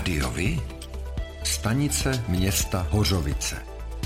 Rádiovi? Stanice města Hořovice.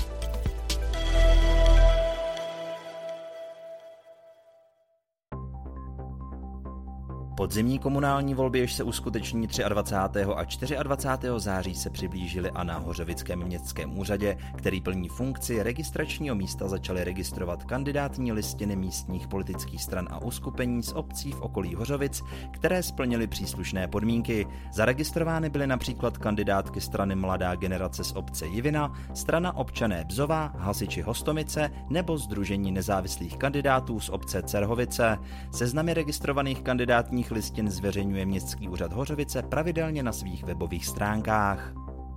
Podzimní komunální volby, jež se uskuteční 23. a 24. září, se přiblížily a na Hořovickém městském úřadě, který plní funkci registračního místa, začaly registrovat kandidátní listiny místních politických stran a uskupení z obcí v okolí Hořovic, které splnily příslušné podmínky. Zaregistrovány byly například kandidátky strany Mladá generace z obce Jivina, strana Občané Bzova, Hasiči Hostomice nebo Sdružení nezávislých kandidátů z obce Cerhovice. Seznamy registrovaných kandidátních listin zveřejňuje Městský úřad Hořovice pravidelně na svých webových stránkách.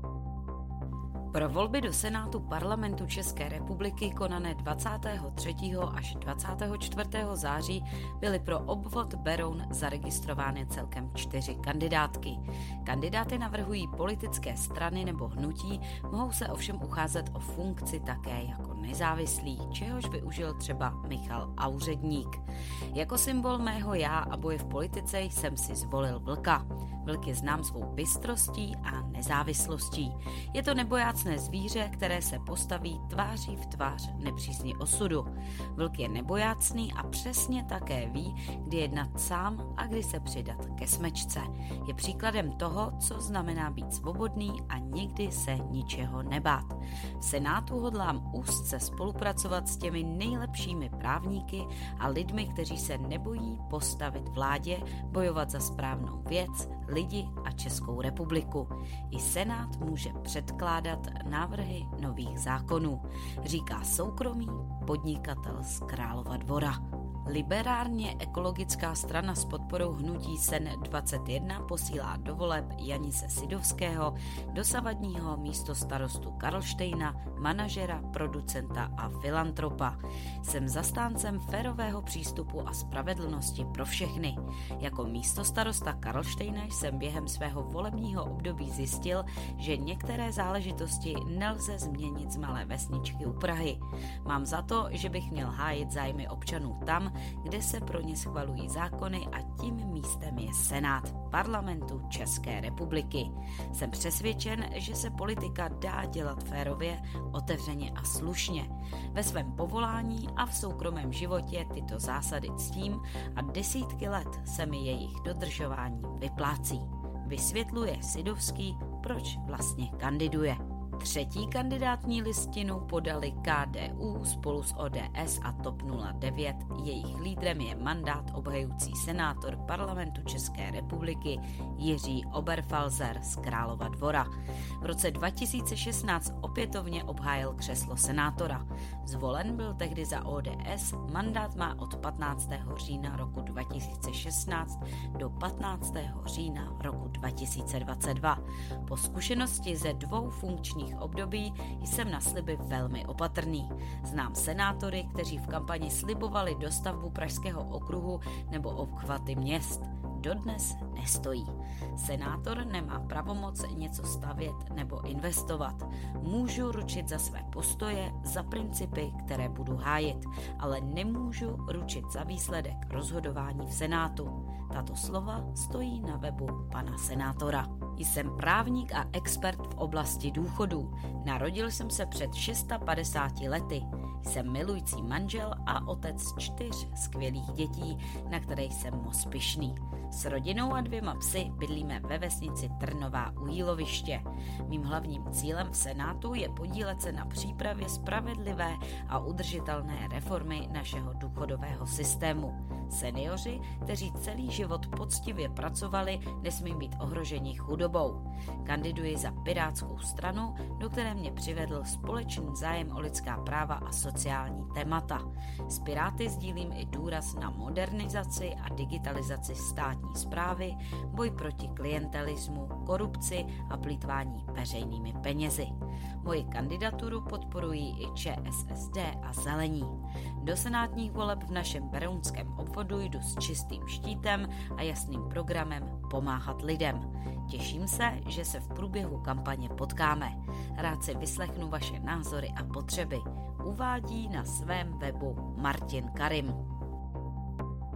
Pro volby do Senátu Parlamentu České republiky konané 23. až 24. září byly pro obvod Beroun zaregistrovány celkem 4 kandidátky. Kandidáty navrhují politické strany nebo hnutí, mohou se ovšem ucházet o funkci také jako nezávislí, čehož využil třeba Michal Auředník. Jako symbol mého já a boje v politice jsem si zvolil vlka. Vlk je znám svou bystrostí a nezávislostí. Je to nebojácné zvíře, které se postaví tváří v tvář nepřízni osudu. Vlk je nebojácný a přesně také ví, kdy jednat sám a kdy se přidat ke smečce. Je příkladem toho, co znamená být svobodný a nikdy se ničeho nebát. V Senátu hodlám úzce spolupracovat s těmi nejlepšími právníky a lidmi, kteří se nebojí postavit vládě, bojovat za správnou věc, lidi a Českou republiku. I Senát může předkládat návrhy nových zákonů, říká soukromý podnikatel z Králova Dvora. Liberálně ekologická strana s podporou hnutí SEN 21 posílá do voleb Janise Sidovského, dosavadního místostarostu Karlštejna, manažera, producenta a filantropa. Jsem zastáncem férového přístupu a spravedlnosti pro všechny. Jako místostarosta Karlštejna jsem během svého volebního období zjistil, že některé záležitosti nelze změnit z malé vesničky u Prahy. Mám za to, že bych měl hájit zájmy občanů tam, kde se pro ně schvalují zákony a tím místem je Senát Parlamentu České republiky. Jsem přesvědčen, že se politika dá dělat férově, otevřeně a slušně. Ve svém povolání a v soukromém životě tyto zásady ctím a desítky let se mi jejich dodržování vyplácí. Vysvětluje Sidovský, proč vlastně kandiduje. Třetí kandidátní listinu podali KDU spolu s ODS a TOP 09. Jejich lídrem je mandát obhajující senátor Parlamentu České republiky Jiří Oberfalzer z Králova Dvora. V roce 2016 opětovně obhájil křeslo senátora. Zvolen byl tehdy za ODS, mandát má od 15. října roku 2016 do 15. října roku 2022. Po zkušenosti ze 2 funkčních období jsem na sliby velmi opatrný. Znám senátory, kteří v kampani slibovali dostavbu Pražského okruhu nebo obchvaty měst. Dodnes nestojí. Senátor nemá pravomoc něco stavět nebo investovat. Můžu ručit za své postoje, za principy, které budu hájit, ale nemůžu ručit za výsledek rozhodování v Senátu. Tato slova stojí na webu pana senátora. Jsem právník a expert v oblasti důchodů. Narodil jsem se před 650 lety. Jsem milující manžel a otec 4 skvělých dětí, na které jsem moc pyšný. S rodinou a 2 psy bydlíme ve vesnici Trnová u Jíloviště. Mým hlavním cílem v Senátu je podílet se na přípravě spravedlivé a udržitelné reformy našeho důchodového systému. Seniori, kteří celý život poctivě pracovali, nesmí být ohroženi chudobou. Kandiduji za Pirátskou stranu, do které mě přivedl společný zájem o lidská práva a sociální témata. S Piráty sdílím i důraz na modernizaci a digitalizaci státní správy, boj proti klientelismu, korupci a plýtvání veřejnými penězi. Moji kandidaturu podporují i ČSSD a Zelení. Do senátních voleb v našem berounském obvodu jdu s čistým štítem a jasným programem pomáhat lidem. Těším se, že se v průběhu kampaně potkáme. Rád si vyslechnu vaše názory a potřeby. Uvádí na svém webu Martin Karim. V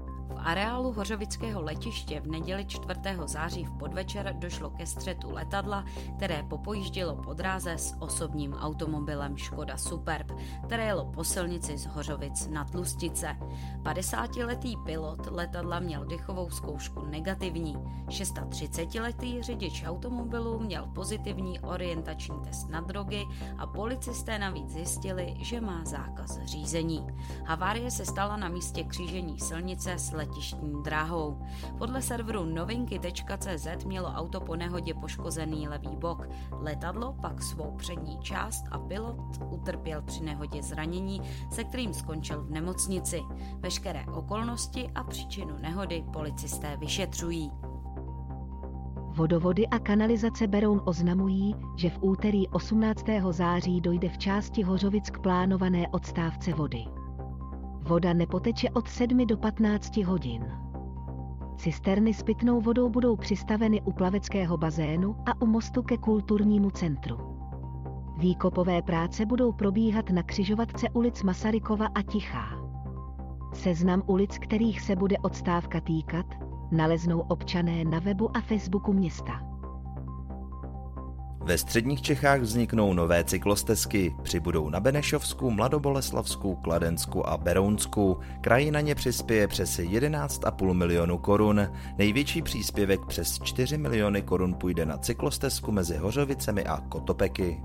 areálu hořovického letiště v neděli 4. září v podvečer došlo ke střetu letadla, které popojíždělo po dráze s osobním automobilem Škoda Superb, které jelo po silnici z Hořovic na Tlustice. 50letý pilot letadla měl dechovou zkoušku negativní. 36letý řidič automobilu měl pozitivní orientační test na drogy a policisté navíc zjistili, že má zákaz řízení. Havárie se stala na místě křížení silnice s letištní dráhou. Podle serveru novinky.cz mělo auto po nehodě poškozený levý bok. Letadlo pak svou přední část a pilot utrpěl při nehodě zranění, se kterým skončil v nemocnici. Veškeré okolnosti a příčinu nehody policisté vyšetřují. Vodovody a kanalizace Beroun oznamují, že v úterý 18. září dojde v části Hořovic k plánované odstávce vody. Voda nepoteče od 7 do 15 hodin. Cisterny s pitnou vodou budou přistaveny u plaveckého bazénu a u mostu ke kulturnímu centru. Výkopové práce budou probíhat na křižovatce ulic Masarykova a Tichá. Seznam ulic, kterých se bude odstávka týkat, naleznou občané na webu a Facebooku města. Ve středních Čechách vzniknou nové cyklostezky. Přibudou na Benešovsku, Mladoboleslavsku, Kladensku a Berounsku. Kraj na ně přispěje přes 11,5 milionu korun. Největší příspěvek přes 4 miliony korun půjde na cyklostezku mezi Hořovicemi a Kotopeky.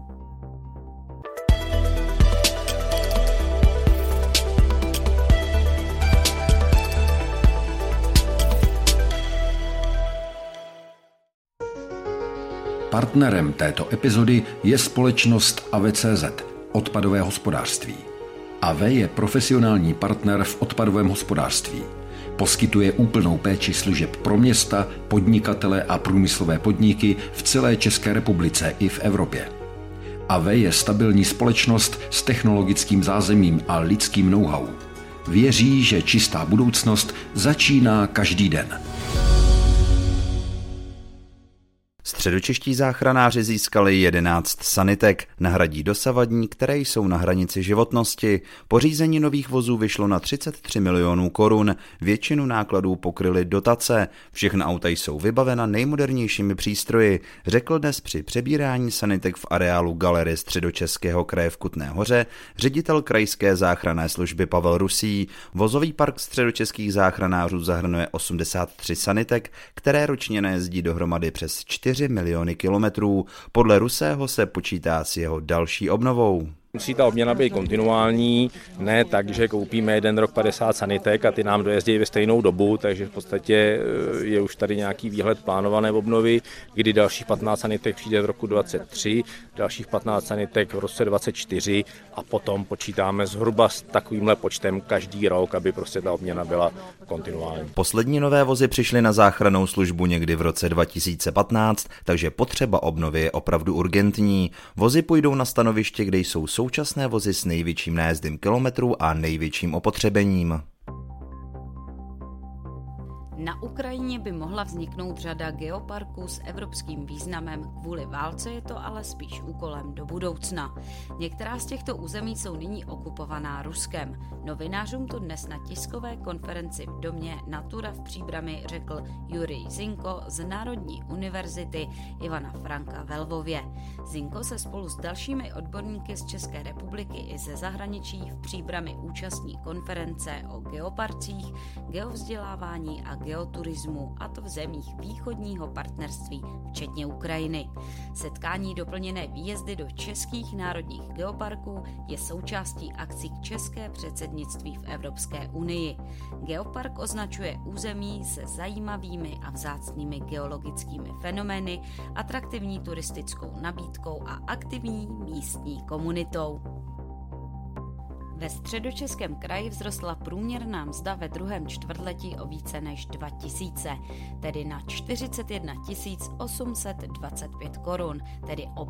Partnerem této epizody je společnost AVCZ, odpadové hospodářství. AV je profesionální partner v odpadovém hospodářství. Poskytuje úplnou péči služeb pro města, podnikatele a průmyslové podniky v celé České republice i v Evropě. AV je stabilní společnost s technologickým zázemím a lidským know-how. Věří, že čistá budoucnost začíná každý den. Středočeští záchranáři získali 11 sanitek, nahradí dosavadní, které jsou na hranici životnosti. Pořízení nových vozů vyšlo na 33 milionů korun, většinu nákladů pokryly dotace. Všechna auta jsou vybavena nejmodernějšími přístroji, řekl dnes při přebírání sanitek v areálu Galerie Středočeského kraje v Kutné Hoře ředitel krajské záchranné služby Pavel Rusý. Vozový park středočeských záchranářů zahrnuje 83 sanitek, které ročně najezdí dohromady přes 4 miliony kilometrů. Podle Rusého se počítá s jeho další obnovou. Musí ta obměna být kontinuální, ne tak, že koupíme jeden rok 50 sanitek a ty nám dojezdí ve stejnou dobu, takže v podstatě je už tady nějaký výhled plánované obnovy, kdy dalších 15 sanitek přijde v roku 2023, dalších 15 sanitek v roce 2024 a potom počítáme zhruba s takovýmhle počtem každý rok, aby prostě ta obměna byla kontinuální. Poslední nové vozy přišly na záchrannou službu někdy v roce 2015, takže potřeba obnovy je opravdu urgentní. Vozy půjdou na stanoviště, kde jsou současné vozy s největším nájezdem kilometrů a největším opotřebením. Na Ukrajině by mohla vzniknout řada geoparků s evropským významem, kvůli válce je to ale spíš úkolem do budoucna. Některá z těchto území jsou nyní okupovaná Ruskem. Novinářům to dnes na tiskové konferenci v domě Natura v Příbrami řekl Jurij Zinko z Národní univerzity Ivana Franka ve Lvově. Zinko se spolu s dalšími odborníky z České republiky i ze zahraničí v Příbrami účastní konference o geoparcích, geovzdělávání a geoturismu, a to v zemích východního partnerství, včetně Ukrajiny. Setkání doplněné výjezdy do českých národních geoparků je součástí akcí k české předsednictví v Evropské unii. Geopark označuje území se zajímavými a vzácnými geologickými fenomény, atraktivní turistickou nabídkou a aktivní místní komunitou. Ve Středočeském kraji vzrostla průměrná mzda ve druhém čtvrtletí o více než 2 000, tedy na 41 825 korun, tedy o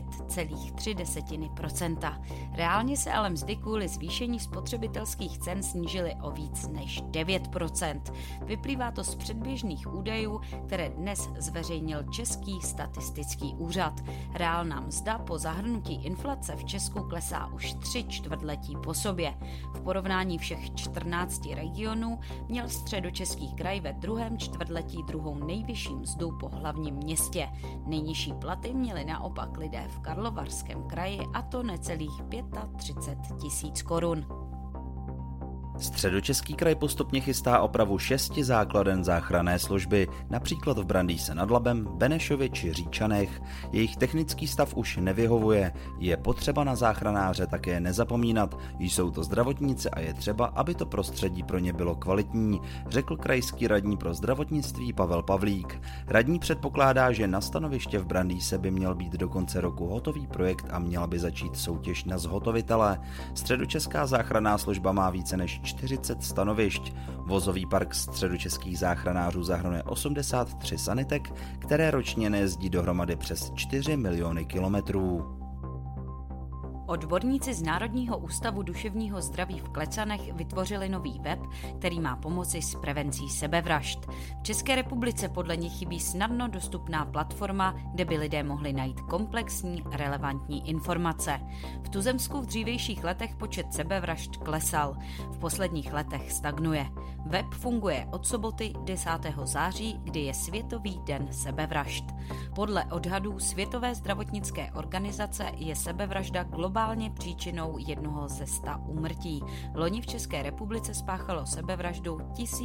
5,3%. Reálně se ale mzdy kvůli zvýšení spotřebitelských cen snížily o víc než 9%. Vyplývá to z předběžných údajů, které dnes zveřejnil Český statistický úřad. Reálná mzda po zahrnutí inflace v Česku klesá už 3 čtvrtletí po sobě. sobě. V porovnání všech 14 regionů měl Středočeský kraj ve druhém čtvrtletí druhou nejvyšší mzdu po hlavním městě. Nejnižší platy měli naopak lidé v Karlovarském kraji, a to necelých 35 000 korun. Středočeský kraj postupně chystá opravu 6 základen záchranné služby, například v Brandýse nad Labem, Benešově či Říčanech. Jejich technický stav už nevyhovuje, je potřeba na záchranáře také nezapomínat, jsou to zdravotníci a je třeba, aby to prostředí pro ně bylo kvalitní, řekl krajský radní pro zdravotnictví Pavel Pavlík. Radní předpokládá, že na stanoviště v Brandýse by měl být do konce roku hotový projekt a měla by začít soutěž na zhotovitele. Středočeská záchranná služba má více než 40 stanovišť. Vozový park středočeských záchranářů zahrnuje 83 sanitek, které ročně nejezdí dohromady přes 4 miliony kilometrů. Odborníci z Národního ústavu duševního zdraví v Klecanech vytvořili nový web, který má pomoci s prevencí sebevražd. V České republice podle nich chybí snadno dostupná platforma, kde by lidé mohli najít komplexní, relevantní informace. V tuzemsku v dřívějších letech počet sebevražd klesal, v posledních letech stagnuje. Web funguje od soboty 10. září, kdy je Světový den sebevražd. Podle odhadů Světové zdravotnické organizace je sebevražda globálně příčinou 1 ze 100 úmrtí. Loni v České republice spáchalo sebevraždu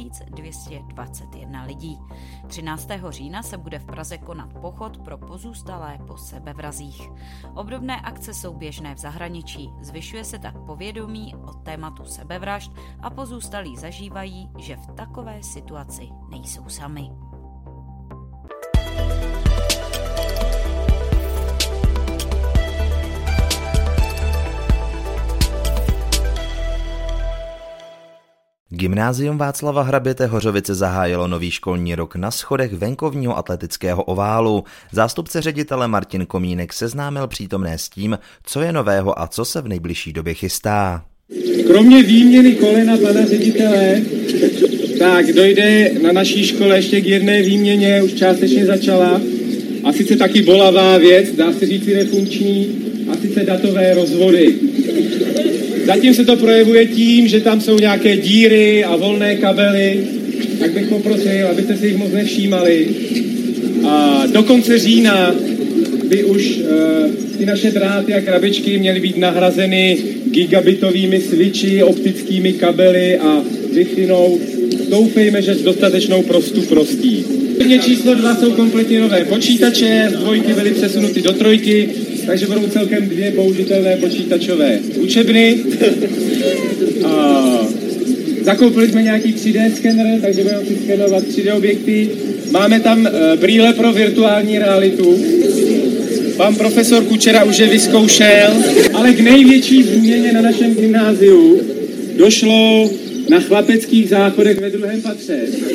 1221 lidí. 13. října se bude v Praze konat pochod pro pozůstalé po sebevrazích. Obdobné akce jsou běžné v zahraničí. Zvyšuje se tak povědomí o tématu sebevražd a pozůstalí zažívají, že v takové situaci nejsou sami. Gymnázium Václava Hraběte Hořovice zahájilo nový školní rok na schodech venkovního atletického oválu. Zástupce ředitele Martin Komínek seznámil přítomné s tím, co je nového a co se v nejbližší době chystá. Kromě výměny kolena pana ředitele, tak dojde na naší škole ještě k jedné výměně, už částečně začala, a sice taky bolavá věc, dá se říct nefunkční, a sice datové rozvody. Zatím se to projevuje tím, že tam jsou nějaké díry a volné kabely, tak bych poprosil, abyste si jich moc nevšímali. A do konce října by už ty naše dráty a krabičky měly být nahrazeny gigabitovými switchy, optickými kabely a Wi-Fi. Doufejme, že s dostatečnou prostí. Číslo 2 jsou kompletně nové počítače, z 2 byly přesunuty do 3, takže budou celkem 2 použitelné počítačové učebny. Zakoupili jsme nějaký 3D skener, takže budeme si skenovat 3D objekty. Máme tam brýle pro virtuální realitu. Pan profesor Kučera už je vyzkoušel, ale k největší změně na našem gymnáziu došlo na Chlapeckých záchodech ve 2. patře,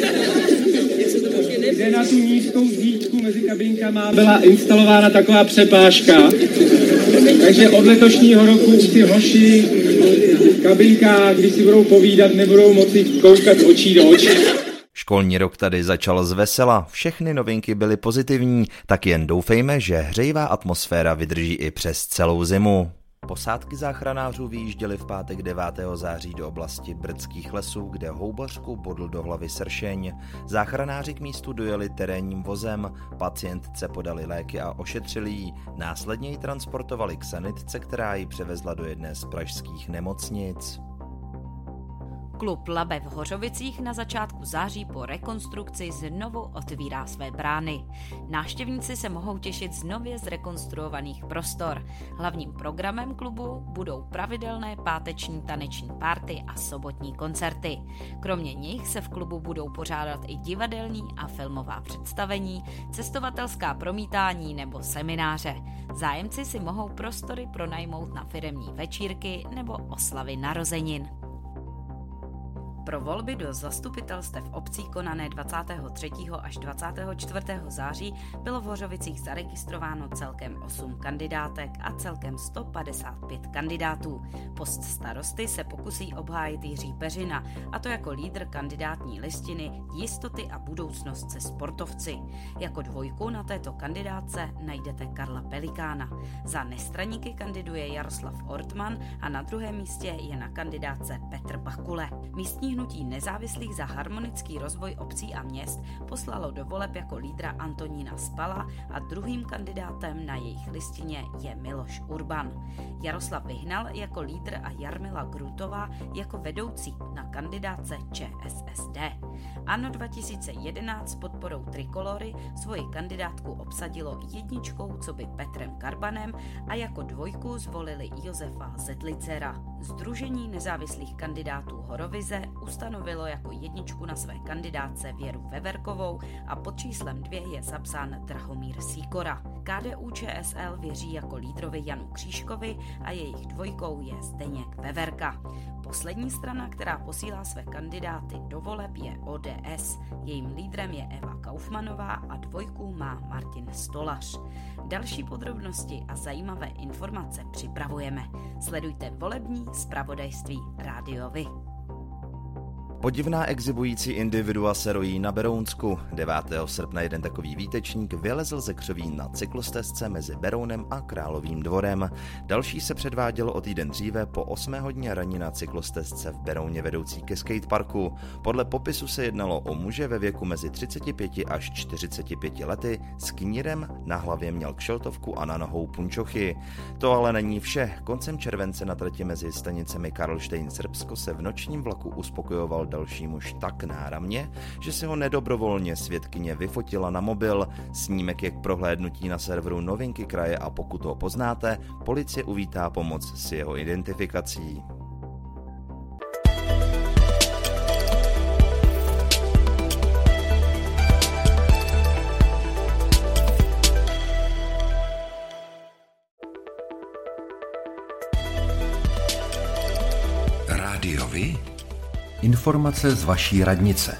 kde na tu nízkou zítku mezi kabinkama byla instalována taková přepážka. Takže od letošního roku ty hoši v kabinkách, když si budou povídat, nebudou moci koukat očí do očí. Školní rok tady začal zvesela, všechny novinky byly pozitivní, tak jen doufejme, že hřejivá atmosféra vydrží i přes celou zimu. Posádky záchranářů vyjížděly v pátek 9. září do oblasti Brdských lesů, kde houbařku bodl do hlavy sršeň. Záchranáři k místu dojeli terénním vozem, pacientce podali léky a ošetřili ji, následně ji transportovali k sanitce, která ji převezla do jedné z pražských nemocnic. Klub Labe v Hořovicích na začátku září po rekonstrukci znovu otvírá své brány. Návštěvníci se mohou těšit z nově zrekonstruovaných prostor. Hlavním programem klubu budou pravidelné páteční taneční párty a sobotní koncerty. Kromě nich se v klubu budou pořádat i divadelní a filmová představení, cestovatelská promítání nebo semináře. Zájemci si mohou prostory pronajmout na firemní večírky nebo oslavy narozenin. Pro volby do zastupitelstev obcí konané 23. až 24. září bylo v Hořovicích zaregistrováno celkem 8 kandidátek a celkem 155 kandidátů. Post starosty se pokusí obhájit Jiří Peřina, a to jako lídr kandidátní listiny Jistoty a budoucnost se sportovci. Jako dvojku na této kandidátce najdete Karla Pelikána. Za nestraníky kandiduje Jaroslav Ortman a na druhém místě je na kandidátce Petr Bakule. Místní hnutí nezávislých za harmonický rozvoj obcí a měst poslalo do voleb jako lídra Antonína Spala a druhým kandidátem na jejich listině je Miloš Urban. Jaroslav Vyhnal jako lídr a Jarmila Grutová jako vedoucí na kandidátce ČSSD. ANO 2011 s podporou Trikolory svoji kandidátku obsadilo jedničkou coby Petrem Karbanem a jako dvojku zvolili Josefa Zedlicera. Sdružení nezávislých kandidátů Horovize ustanovilo jako jedničku na své kandidátce Věru Veverkovou a pod číslem 2 je zapsán Drahomír Sýkora. KDU-ČSL věří jako lídrovi Janu Křížkovi a jejich dvojkou je Zdeněk Veverka. Poslední strana, která posílá své kandidáty do voleb, je ODS. Jejím lídrem je Eva Kaufmanová a dvojku má Martin Stolař. Další podrobnosti a zajímavé informace připravujeme. Sledujte volební zpravodajství Rádio Vy. Podivná exhibující individua se rojí na Berounsku. 9. srpna jeden takový výtečník vylezl ze křoví na cyklostezce mezi Berounem a Královým Dvorem. Další se předváděl o týden dříve po 8 hodině ranní na cyklostezce v Berouně vedoucí ke skateparku. Podle popisu se jednalo o muže ve věku mezi 35 až 45 lety, s knírem, na hlavě měl kšeltovku a na nohou punčochy. To ale není vše. Koncem července na trati mezi stanicemi Karlštejn Srbsko se v nočním vlaku uspokojoval další muž tak náramně, že si ho nedobrovolně svědkyně vyfotila na mobil. Snímek je k prohlédnutí na serveru Novinky kraje a pokud ho poznáte, policie uvítá pomoc s jeho identifikací. Rádio Vy? Informace z vaší radnice.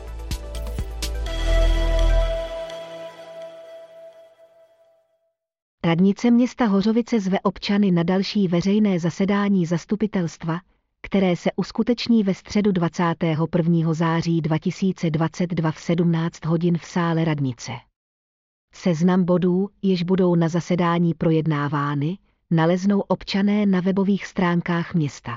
Radnice města Hořovice zve občany na další veřejné zasedání zastupitelstva, které se uskuteční ve středu 21. září 2022 v 17 hodin v sále radnice. Seznam bodů, jež budou na zasedání projednávány, naleznou občané na webových stránkách města.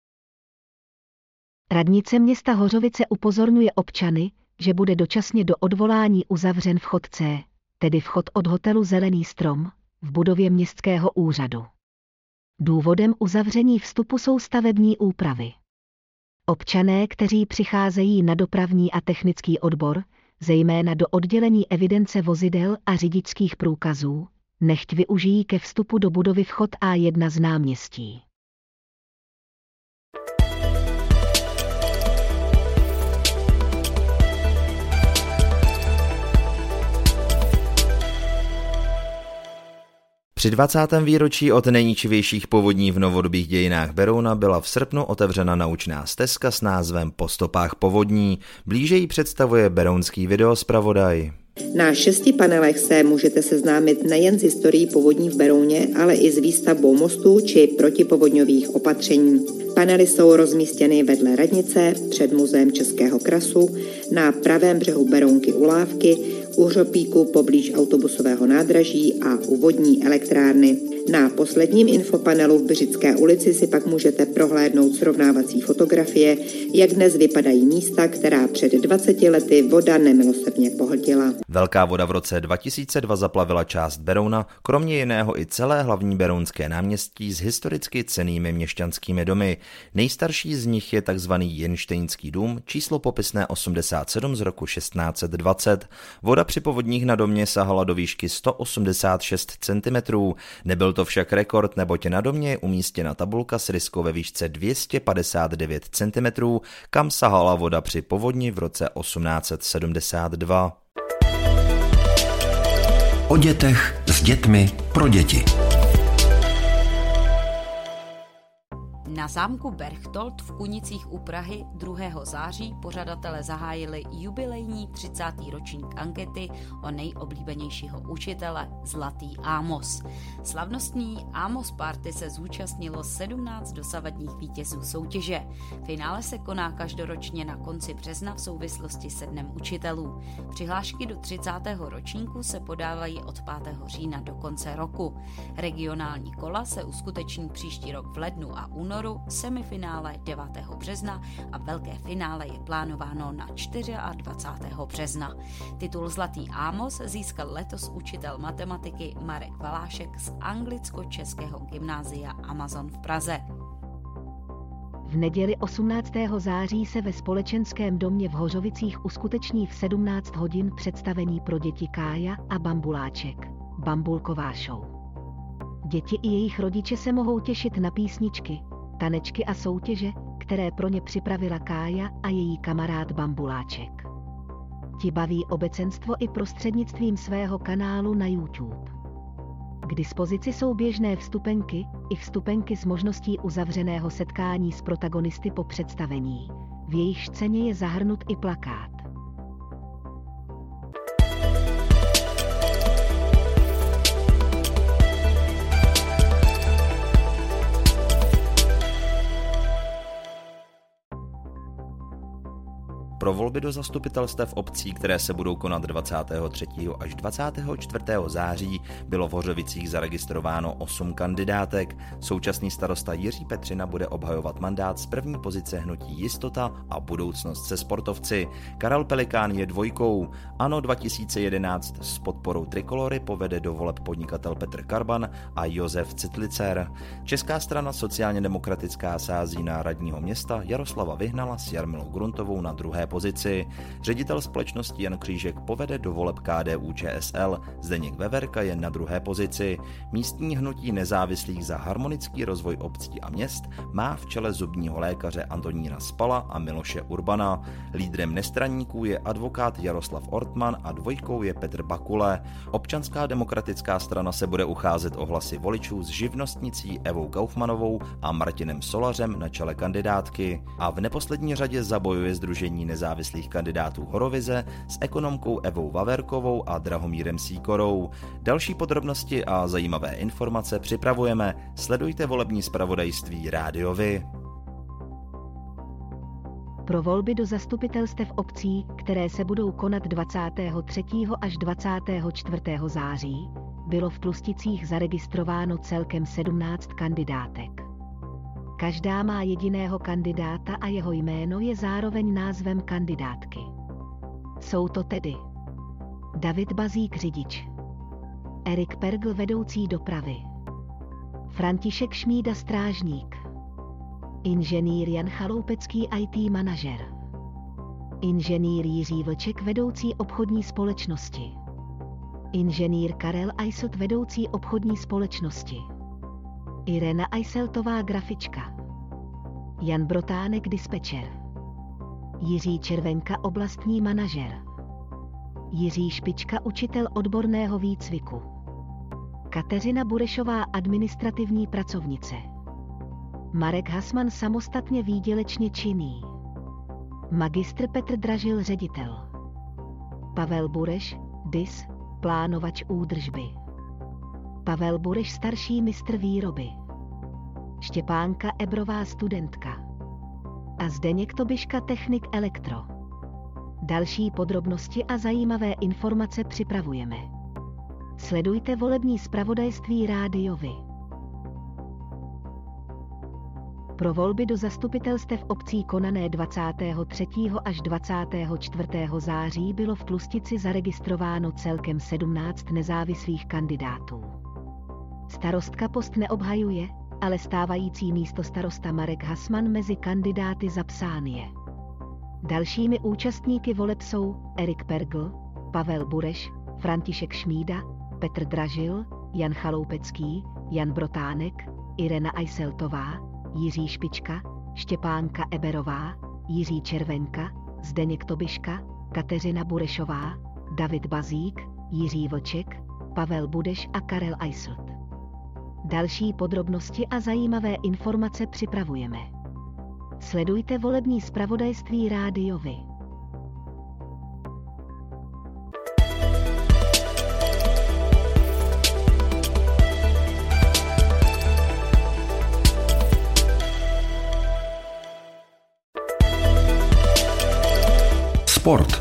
Radnice města Hořovice upozorňuje občany, že bude dočasně do odvolání uzavřen vchod C, tedy vchod od hotelu Zelený strom, v budově městského úřadu. Důvodem uzavření vstupu jsou stavební úpravy. Občané, kteří přicházejí na dopravní a technický odbor, zejména do oddělení evidence vozidel a řidičských průkazů, nechť využijí ke vstupu do budovy vchod A1 z náměstí. Při 20. výročí od nejničivějších povodní v novodobých dějinách Berouna byla v srpnu otevřena naučná stezka s názvem Po stopách povodní. Blíže ji představuje berounský videozpravodaj. Na 6 panelech se můžete seznámit nejen s historií povodní v Berouně, ale i s výstavbou mostů či protipovodňových opatření. Panely jsou rozmístěny vedle radnice, před muzeem Českého krasu, na pravém břehu Berounky u Lávky, u hřopíku poblíž autobusového nádraží a u vodní elektrárny. Na posledním infopanelu v Břické ulici si pak můžete prohlédnout srovnávací fotografie, jak dnes vypadají místa, která před 20 lety voda nemilosrdně pohltila. Velká voda v roce 2002 zaplavila část Berouna, kromě jiného i celé hlavní berounské náměstí s historicky cennými měšťanskými domy. Nejstarší z nich je tzv. Jenštejnský dům, číslo popisné 87 z roku 1620. Voda při povodních na domě sahala do výšky 186 cm. Nebyl to však rekord, neboť na domě je umístěna tabulka s ryskou ve výšce 259 cm, kam sahala voda při povodni v roce 1872. O dětech s dětmi pro děti. Na zámku Berchtold v Kunicích u Prahy 2. září pořadatelé zahájili jubilejní 30. ročník ankety o nejoblíbenějšího učitele Zlatý Ámos. Slavnostní Ámos Party se zúčastnilo 17 dosavadních vítězů soutěže. Finále se koná každoročně na konci března v souvislosti se Dnem učitelů. Přihlášky do 30. ročníku se podávají od 5. října do konce roku. Regionální kola se uskuteční příští rok v lednu a únoru, semifinále 9. března a velké finále je plánováno na 24. března. Titul Zlatý Ámos získal letos učitel matematiky Marek Valášek z anglicko-českého gymnázia Amazon v Praze. V neděli 18. září se ve Společenském domě v Hořovicích uskuteční v 17 hodin představení pro děti Kája a Bambuláček, Bambulková show. Děti i jejich rodiče se mohou těšit na písničky, tanečky a soutěže, které pro ně připravila Kája a její kamarád Bambuláček. Ti baví obecenstvo i prostřednictvím svého kanálu na YouTube. K dispozici jsou běžné vstupenky i vstupenky s možností uzavřeného setkání s protagonisty po představení. V jejich ceně je zahrnut i plakát. Pro volby do zastupitelstev obcí, které se budou konat 23. až 24. září, bylo v Hořovicích zaregistrováno 8 kandidátek. Současný starosta Jiří Petřina bude obhajovat mandát z první pozice hnutí Jistota a budoucnost se sportovci. Karel Pelikán je dvojkou. ANO 2011 s podporou Trikolory povede do voleb podnikatel Petr Karban a Josef Citlicer. Česká strana sociálně demokratická sází na radního města Jaroslava Vyhnala s Jarmilou Gruntovou na druhé pozici. Ředitel společnosti Jan Křížek povede do voleb KDU-ČSL, Zdeněk Veverka je na druhé pozici. Místní hnutí nezávislých za harmonický rozvoj obcí a měst má v čele zubního lékaře Antonína Spala a Miloše Urbana. Lídrem nestraníků je advokát Jaroslav Ortman a dvojkou je Petr Bakule. Občanská demokratická strana se bude ucházet o hlasy voličů s živnostnicí Evou Kaufmanovou a Martinem Solařem na čele kandidátky. A v neposlední řadě zabojuje sdružení nezávislých kandidátů Horovize s ekonomkou Evou Vaverkovou a Drahomírem Síkorou. Další podrobnosti a zajímavé informace připravujeme. Sledujte volební zpravodajství Rádio Vy. Pro volby do zastupitelstev obcí, které se budou konat 23. až 24. září, bylo v Tlusticích zaregistrováno celkem 17 kandidátek. Každá má jediného kandidáta a jeho jméno je zároveň názvem kandidátky. Jsou to tedy David Bazík řidič, Erik Pergl vedoucí dopravy, František Šmída strážník, inženýr Jan Chaloupecký IT manažer, inženýr Jiří Vlček vedoucí obchodní společnosti, inženýr Karel Eisselt vedoucí obchodní společnosti, Irena Eiseltová grafička, Jan Brotánek dispečer, Jiří Červenka oblastní manažer, Jiří Špička učitel odborného výcviku, Kateřina Burešová administrativní pracovnice, Marek Hasman samostatně výdělečně činný, magistr Petr Dražil ředitel, Pavel Bureš, DIS, plánovač údržby, Pavel Bureš starší mistr výroby, Štěpánka Ebrová studentka a Zdeněk Tobiška technik elektro. Další podrobnosti a zajímavé informace připravujeme. Sledujte volební zpravodajství Rádio Vy. Pro volby do zastupitelstev obcí konané 23. až 24. září bylo v Tlustici zaregistrováno celkem 17 nezávislých kandidátů. Starostka post neobhajuje, ale stávající místostarosta Marek Hasman mezi kandidáty zapsán je. Dalšími účastníky voleb jsou Erik Pergl, Pavel Bureš, František Šmída, Petr Dražil, Jan Chaloupecký, Jan Brotánek, Irena Eiseltová, Jiří Špička, Štěpánka Eberová, Jiří Červenka, Zdeněk Tobiška, Kateřina Burešová, David Bazík, Jiří Vlček, Pavel Budeš a Karel Eisselt. Další podrobnosti a zajímavé informace připravujeme. Sledujte volební zpravodajství Rádio Vy. Sport.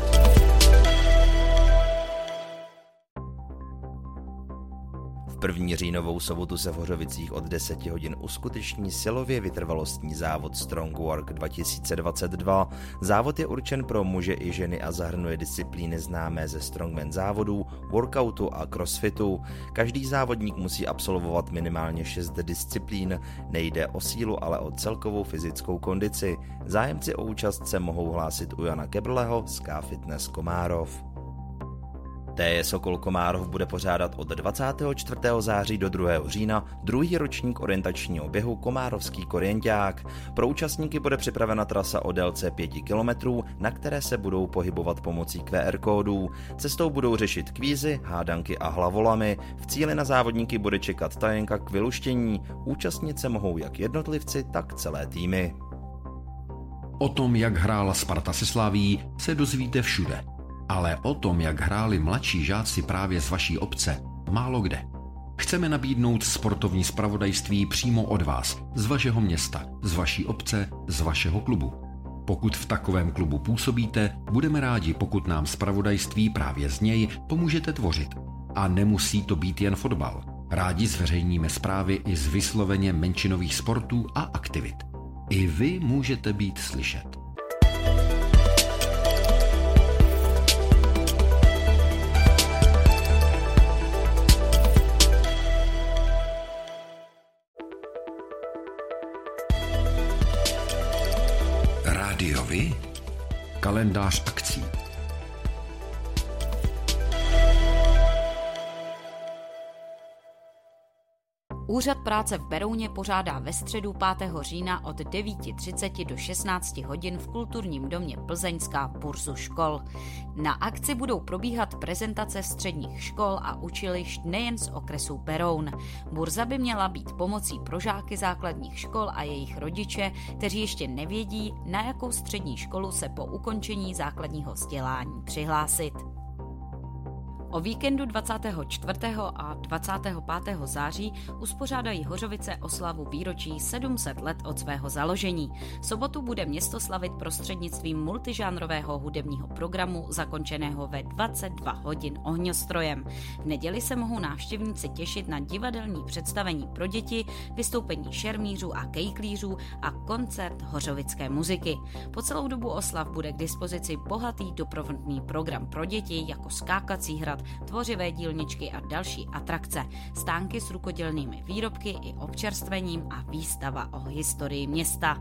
V první říjnovou sobotu se v Hořovicích od 10 hodin uskuteční silově vytrvalostní závod Strong Work 2022. Závod je určen pro muže i ženy a zahrnuje disciplíny známé ze strongman závodů, workoutu a crossfitu. Každý závodník musí absolvovat minimálně 6 disciplín. Nejde o sílu, ale o celkovou fyzickou kondici. Zájemci o účast se mohou hlásit u Jana Kebrleho z K-Fitness Komárov. TJ Sokol Komárov bude pořádat od 24. září do 2. října druhý ročník orientačního běhu Komárovský korienťák. Pro účastníky bude připravena trasa o délce 5 km, na které se budou pohybovat pomocí QR kódů. Cestou budou řešit kvízy, hádanky a hlavolamy. V cíli na závodníky bude čekat tajenka k vyluštění. Účastnit se mohou jak jednotlivci, tak celé týmy. O tom, jak hrála Sparta se Slavií, se dozvíte všude. Ale o tom, jak hráli mladší žáci právě z vaší obce, málo kde. Chceme nabídnout sportovní zpravodajství přímo od vás, z vašeho města, z vaší obce, z vašeho klubu. Pokud v takovém klubu působíte, budeme rádi, pokud nám zpravodajství právě z něj pomůžete tvořit. A nemusí to být jen fotbal. Rádi zveřejníme zprávy i z vysloveně menšinových sportů a aktivit. I vy můžete být slyšet. Rádio Vy? Kalendář akcí. Úřad práce v Berouně pořádá ve středu 5. října od 9:30 do 16 hodin v Kulturním domě Plzeňská burzu škol. Na akci budou probíhat prezentace středních škol a učilišť nejen z okresu Beroun. Burza by měla být pomocí pro žáky základních škol a jejich rodiče, kteří ještě nevědí, na jakou střední školu se po ukončení základního vzdělání přihlásit. O víkendu 24. a 25. září uspořádají Hořovice oslavu výročí 700 let od svého založení. V sobotu bude město slavit prostřednictvím multižánrového hudebního programu zakončeného ve 22 hodin ohňostrojem. V neděli se mohou návštěvníci těšit na divadelní představení pro děti, vystoupení šermířů a kejklířů a koncert hořovické muziky. Po celou dobu oslav bude k dispozici bohatý doprovodný program pro děti jako skákací hrad, tvořivé dílničky a další atrakce, stánky s rukodělnými výrobky i občerstvením a výstava o historii města.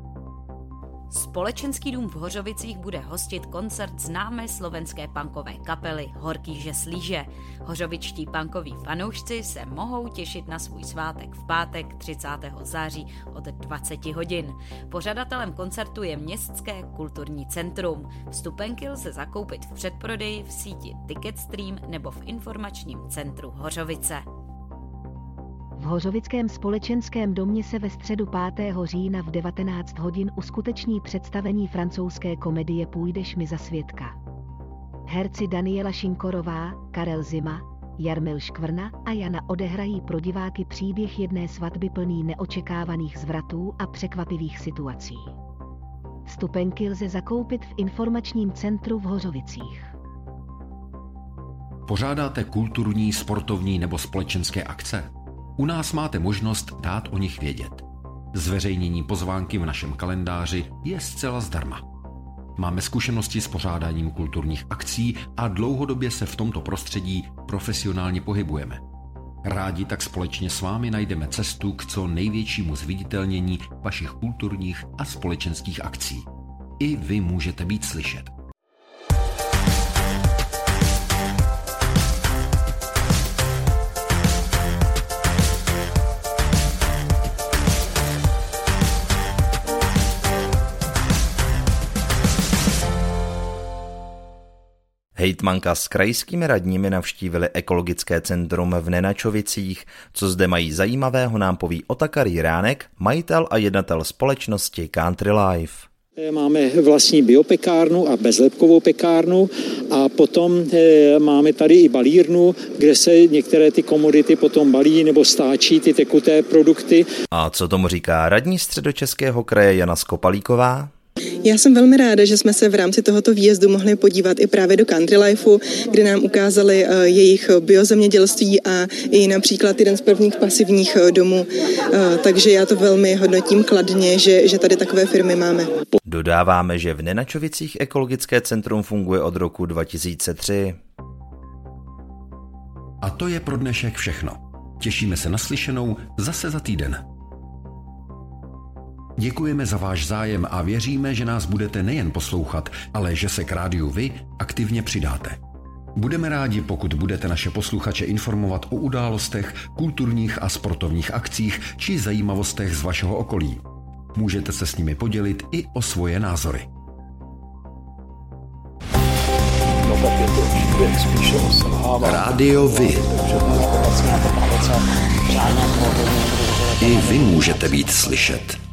Společenský dům v Hořovicích bude hostit koncert známé slovenské punkové kapely Horkýže Slíže. Hořovičtí punkoví fanoušci se mohou těšit na svůj svátek v pátek 30. září od 20 hodin. Pořadatelem koncertu je Městské kulturní centrum. Vstupenky lze zakoupit v předprodeji v síti Ticketstream nebo v informačním centru Hořovice. V Hořovickém společenském domě se ve středu 5. října v 19 hodin uskuteční představení francouzské komedie Půjdeš mi za svědka. Herci Daniela Šinkorová, Karel Zima, Jarmil Škvrna a Jana odehrají pro diváky příběh jedné svatby plný neočekávaných zvratů a překvapivých situací. Vstupenky lze zakoupit v informačním centru v Hořovicích. Pořádáte kulturní, sportovní nebo společenské akce? U nás máte možnost dát o nich vědět. Zveřejnění pozvánky v našem kalendáři je zcela zdarma. Máme zkušenosti s pořádáním kulturních akcí a dlouhodobě se v tomto prostředí profesionálně pohybujeme. Rádi tak společně s vámi najdeme cestu k co největšímu zviditelnění vašich kulturních a společenských akcí. I vy můžete být slyšet. Hejtmanka s krajskými radními navštívili ekologické centrum v Nenačovicích. Co zde mají zajímavého, nám poví Otakar Jiránek, majitel a jednatel společnosti Country Life. Máme vlastní biopekárnu a bezlepkovou pekárnu a potom máme tady i balírnu, kde se některé ty komodity potom balí nebo stáčí ty tekuté produkty. A co tomu říká radní Středočeského kraje Jana Skopalíková? Já jsem velmi ráda, že jsme se v rámci tohoto výjezdu mohli podívat i právě do Country Lifeu, kde nám ukázali jejich biozemědělství a i například jeden z prvních pasivních domů. Takže já to velmi hodnotím kladně, že tady takové firmy máme. Dodáváme, že v Nenačovicích ekologické centrum funguje od roku 2003. A to je pro dnešek všechno. Těšíme se na slyšenou zase za týden. Děkujeme za váš zájem a věříme, že nás budete nejen poslouchat, ale že se k rádiu vy aktivně přidáte. Budeme rádi, pokud budete naše posluchače informovat o událostech, kulturních a sportovních akcích či zajímavostech z vašeho okolí. Můžete se s nimi podělit i o svoje názory. Rádio Vy. I vy můžete být slyšet.